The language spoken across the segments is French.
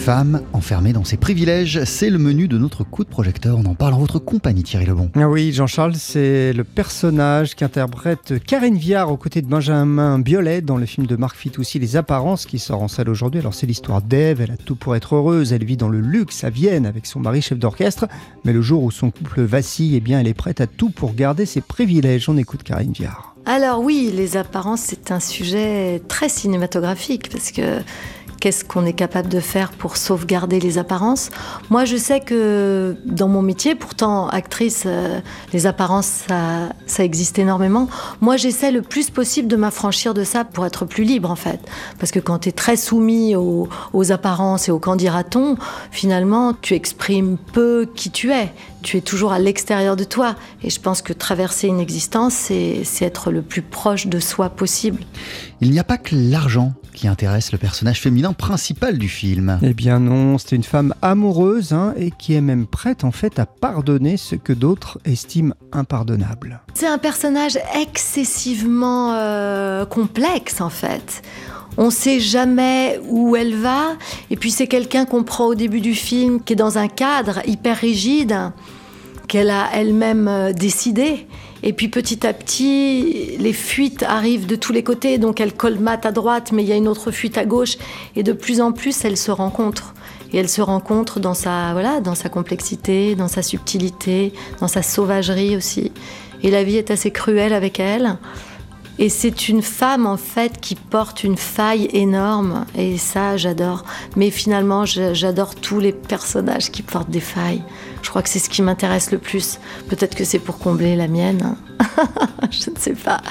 femme enfermée dans ses privilèges, c'est le menu de notre coup de projecteur. On en parle en votre compagnie, Thierry Lebon. Ah oui, Jean-Charles, c'est le personnage qu'interprète Karine Viard aux côtés de Benjamin Biolay dans le film de Marc Fitoussi, Les Apparences, qui sort en salle aujourd'hui. Alors c'est l'histoire d'Ève, elle a tout pour être heureuse, elle vit dans le luxe à Vienne avec son mari chef d'orchestre, mais le jour où son couple vacille, eh bien elle est prête à tout pour garder ses privilèges. On écoute Karine Viard. Alors oui, les apparences, c'est un sujet très cinématographique parce que qu'est-ce qu'on est capable de faire pour sauvegarder les apparences ? Moi, je sais que dans mon métier, pourtant actrice, les apparences, ça existe énormément. Moi, j'essaie le plus possible de m'affranchir de ça pour être plus libre, en fait. Parce que quand tu es très soumis aux apparences et au qu'en dira-t-on, finalement, tu exprimes peu qui tu es. Tu es toujours à l'extérieur de toi. Et je pense que traverser une existence, c'est être le plus proche de soi possible. Il n'y a pas que l'argent qui intéresse le personnage féminin principal du film. Eh bien non, c'est une femme amoureuse et qui est même prête en fait à pardonner ce que d'autres estiment impardonnable. C'est un personnage excessivement complexe en fait. On ne sait jamais où elle va. Et puis c'est quelqu'un qu'on prend au début du film, qui est dans un cadre hyper rigide, qu'elle a elle-même décidé. Et puis petit à petit, les fuites arrivent de tous les côtés. Donc elle colmate à droite, mais il y a une autre fuite à gauche. Et de plus en plus, elle se rencontre. Et elle se rencontre dans sa complexité, dans sa subtilité, dans sa sauvagerie aussi. Et la vie est assez cruelle avec elle. Et c'est une femme, en fait, qui porte une faille énorme. Et ça, j'adore. Mais finalement, j'adore tous les personnages qui portent des failles. Je crois que c'est ce qui m'intéresse le plus. Peut-être que c'est pour combler la mienne. Je ne sais pas.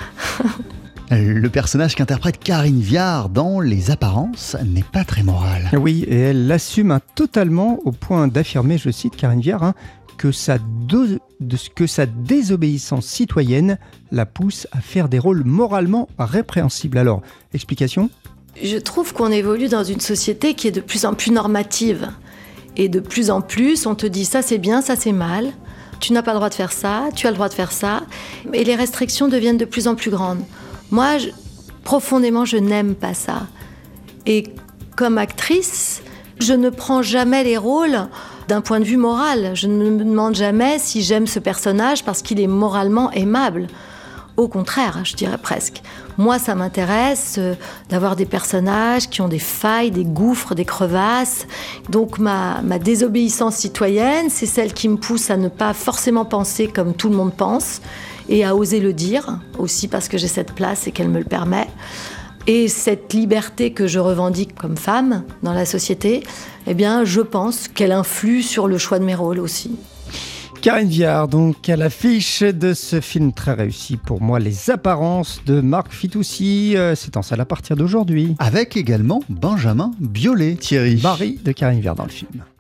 Le personnage qu'interprète Karine Viard dans Les Apparences n'est pas très moral. Oui, et elle l'assume totalement au point d'affirmer, je cite Karine Viard, que sa désobéissance citoyenne la pousse à faire des rôles moralement répréhensibles. Alors, explication ? Je trouve qu'on évolue dans une société qui est de plus en plus normative. Et de plus en plus, on te dit ça c'est bien, ça c'est mal. Tu n'as pas le droit de faire ça, tu as le droit de faire ça. Et les restrictions deviennent de plus en plus grandes. Moi, profondément, je n'aime pas ça. Et comme actrice, je ne prends jamais les rôles d'un point de vue moral. Je ne me demande jamais si j'aime ce personnage parce qu'il est moralement aimable. Au contraire, je dirais presque. Moi, ça m'intéresse d'avoir des personnages qui ont des failles, des gouffres, des crevasses. Donc ma désobéissance citoyenne, c'est celle qui me pousse à ne pas forcément penser comme tout le monde pense et à oser le dire, aussi parce que j'ai cette place et qu'elle me le permet. Et cette liberté que je revendique comme femme dans la société, eh bien, je pense qu'elle influe sur le choix de mes rôles aussi. Karine Viard, donc, à l'affiche de ce film très réussi pour moi, Les Apparences de Marc Fitoussi. C'est en salle à partir d'aujourd'hui. Avec également Benjamin Biolay, Thierry. Mari de Karine Viard dans le film.